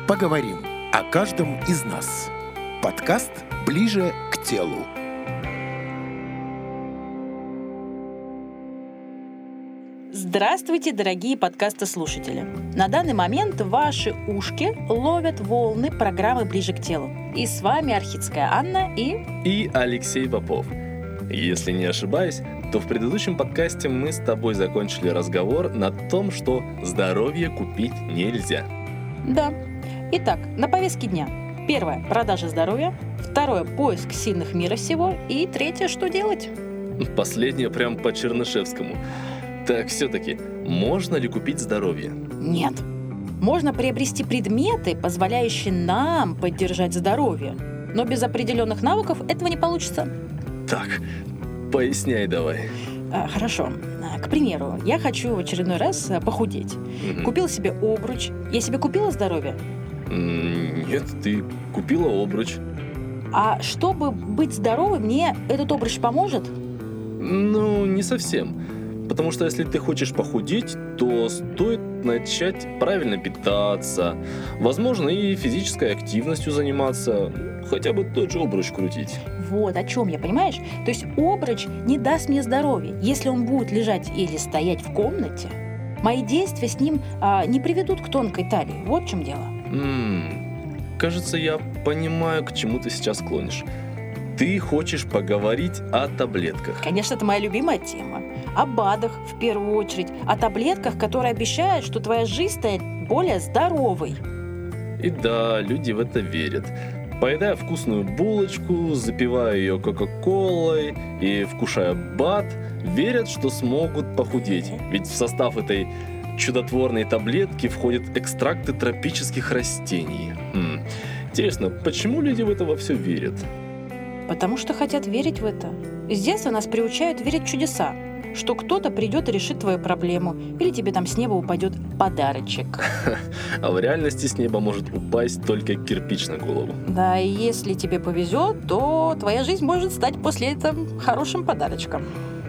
Поговорим о каждом из нас. Подкаст «Ближе к телу». Здравствуйте, дорогие подкастослушатели! На данный момент ваши ушки ловят волны программы «Ближе к телу». И с вами Архицкая Анна и Алексей Попов. Если не ошибаюсь, то в предыдущем подкасте мы с тобой закончили разговор на том, что здоровье купить нельзя. Да. Итак, на повестке дня. Первое – продажа здоровья. Второе – поиск сильных мира сего. И третье – что делать? Последнее прям по Чернышевскому. Так все-таки, можно ли купить здоровье? Нет. Можно приобрести предметы, позволяющие нам поддержать здоровье. Но без определенных навыков этого не получится. Так, поясняй давай. Хорошо. К примеру, я хочу в очередной раз похудеть. Купил себе обруч. Я себе купила здоровье? Нет, ты купила обруч. А чтобы быть здоровой, мне этот обруч поможет? Ну, не совсем. Потому что если ты хочешь похудеть, то стоит начать правильно питаться. Возможно, и физической активностью заниматься. Хотя бы тот же обруч крутить. Вот о чем я, понимаешь? То есть обруч не даст мне здоровья. Если он будет лежать или стоять в комнате, мои действия с ним не приведут к тонкой талии. Вот в чем дело. Кажется, я понимаю, к чему ты сейчас клонишь. Ты хочешь поговорить о таблетках. Конечно, это моя любимая тема. О БАДах в первую очередь. О таблетках, которые обещают, что твоя жизнь станет более здоровой. И да, люди в это верят. Поедая вкусную булочку, запивая ее кока-колой и вкушая БАД, верят, что смогут похудеть. Ведь в состав этой чудотворной таблетки входят экстракты тропических растений. Интересно, почему люди в это во все верят? Потому что хотят верить в это. С детства нас приучают верить в чудеса, что кто-то придет и решит твою проблему, или тебе там с неба упадет подарочек. А в реальности с неба может упасть только кирпич на голову. Да, и если тебе повезет, то твоя жизнь может стать после этого хорошим подарочком.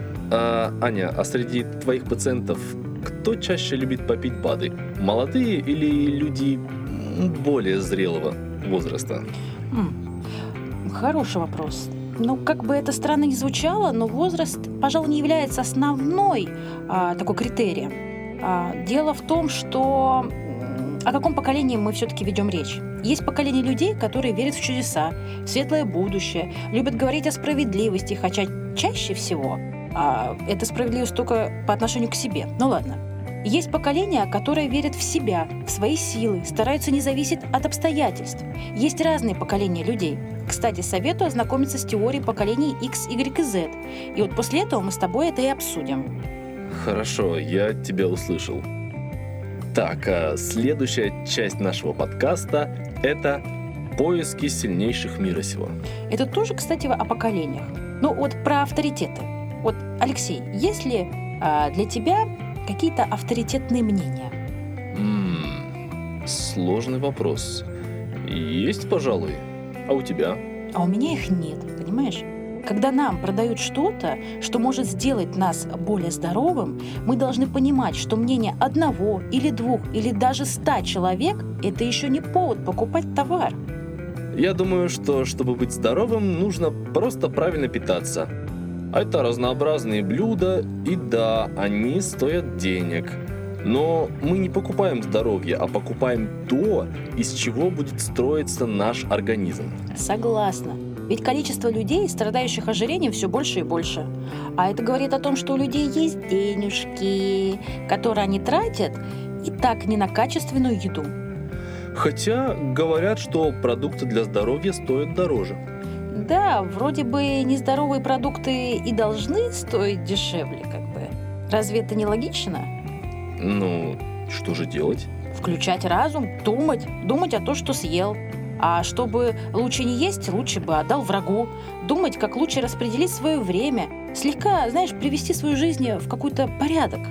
Аня, а среди твоих пациентов кто чаще любит попить БАДы? Молодые или люди более зрелого возраста? Хороший вопрос. Ну, как бы это странно ни звучало, но возраст, пожалуй, не является основной такой критерием. Дело в том, что о каком поколении мы все-таки ведем речь. Есть поколение людей, которые верят в чудеса, в светлое будущее, любят говорить о справедливости, хотя чаще всего это справедливость только по отношению к себе. Ну ладно. Есть поколение, которое верит в себя, в свои силы, стараются не зависеть от обстоятельств. Есть разные поколения людей. Кстати, советую ознакомиться с теорией поколений X, Y и Z. И вот после этого мы с тобой это и обсудим. Хорошо, я тебя услышал. Так, следующая часть нашего подкаста – это поиски сильнейших мира сего. Это тоже, кстати, о поколениях. Ну вот про авторитеты. Вот, Алексей, есть ли для тебя какие-то авторитетные мнения? Сложный вопрос. Есть, пожалуй. А у тебя? А у меня их нет, понимаешь? Когда нам продают что-то, что может сделать нас более здоровым, мы должны понимать, что мнение одного или двух или даже 100 человек – это еще не повод покупать товар. Я думаю, что чтобы быть здоровым, нужно просто правильно питаться. Это разнообразные блюда, и да, они стоят денег. Но мы не покупаем здоровье, а покупаем то, из чего будет строиться наш организм. Согласна. Ведь количество людей, страдающих ожирением, все больше и больше. А это говорит о том, что у людей есть денежки, которые они тратят, и так не на качественную еду. Хотя говорят, что продукты для здоровья стоят дороже. Да, вроде бы нездоровые продукты и должны стоить дешевле, как бы. Разве это не логично? Ну, что же делать? Включать разум, думать о том, что съел. А чтобы лучше не есть, лучше бы отдал врагу. Думать, как лучше распределить свое время. Слегка, знаешь, привести свою жизнь в какой-то порядок.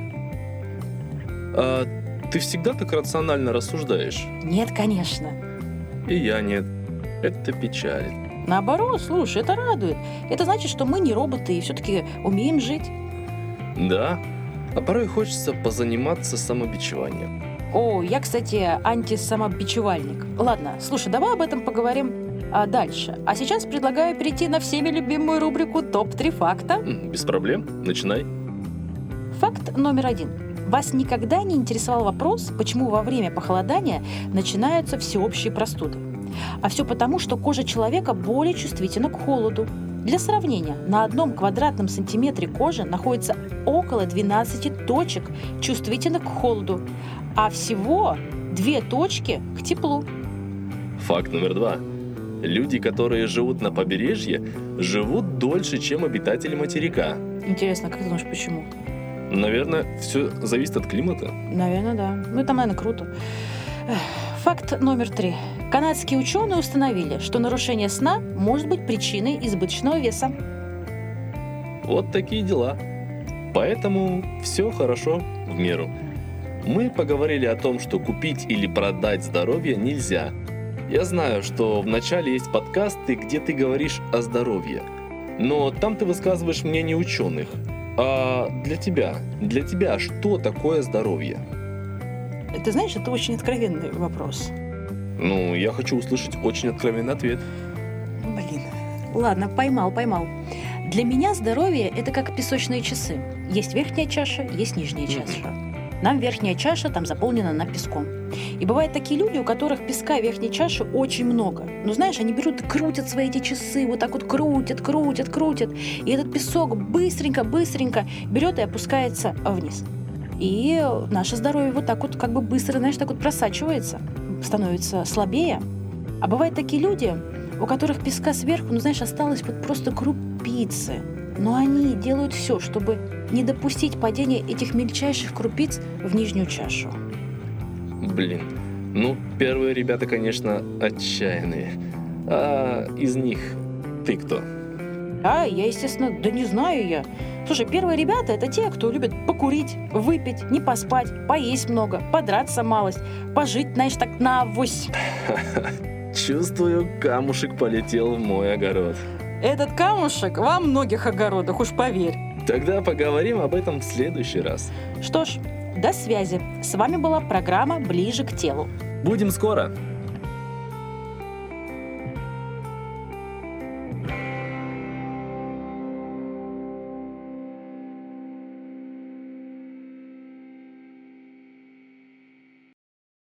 А ты всегда так рационально рассуждаешь? Нет, конечно. И я нет. Это печалит. Наоборот, слушай, это радует. Это значит, что мы не роботы и все-таки умеем жить. Да, а порой хочется позаниматься самобичеванием. О, я, кстати, антисамобичевальник. Ладно, слушай, давай об этом поговорим дальше. А сейчас предлагаю перейти на всеми любимую рубрику «Топ-3 факта». Без проблем, начинай. Факт номер 1. Вас никогда не интересовал вопрос, почему во время похолодания начинаются всеобщие простуды? А все потому, что кожа человека более чувствительна к холоду. Для сравнения, на 1 квадратном сантиметре кожи находится около 12 точек, чувствительных к холоду, а всего 2 точки к теплу. Факт номер 2. Люди, которые живут на побережье, живут дольше, чем обитатели материка. Интересно, как ты думаешь, почему? Наверное, все зависит от климата. Наверное, да. Ну, это, наверное, круто. Факт номер 3. Канадские ученые установили, что нарушение сна может быть причиной избыточного веса. Вот такие дела. Поэтому все хорошо в меру. Мы поговорили о том, что купить или продать здоровье нельзя. Я знаю, что в начале есть подкасты, где ты говоришь о здоровье. Но там ты высказываешь мнение ученых. А для тебя что такое здоровье? Ты знаешь, это очень откровенный вопрос. Ну, я хочу услышать очень откровенный ответ. Блин. Ладно, поймал. Для меня здоровье – это как песочные часы. Есть верхняя чаша, есть нижняя чаша. Нам верхняя чаша там заполнена на песком. И бывают такие люди, у которых песка в верхней чаше очень много. Ну, знаешь, они берут и крутят свои эти часы, вот так вот крутят. И этот песок быстренько берет и опускается вниз. И наше здоровье вот так вот как бы быстро, знаешь, так вот просачивается, становится слабее. А бывают такие люди, у которых песка сверху, ну, знаешь, осталось вот просто крупицы. Но они делают все, чтобы не допустить падения этих мельчайших крупиц в нижнюю чашу. Блин, ну, первые ребята, конечно, отчаянные. А из них ты кто? Я, естественно, да не знаю я. Слушай, первые ребята – это те, кто любит покурить, выпить, не поспать, поесть много, подраться малость, пожить, знаешь, так на авось. Чувствую, камушек полетел в мой огород. Этот камушек во многих огородах, уж поверь. Тогда поговорим об этом в следующий раз. Что ж, до связи. С вами была программа «Ближе к телу». Будем скоро.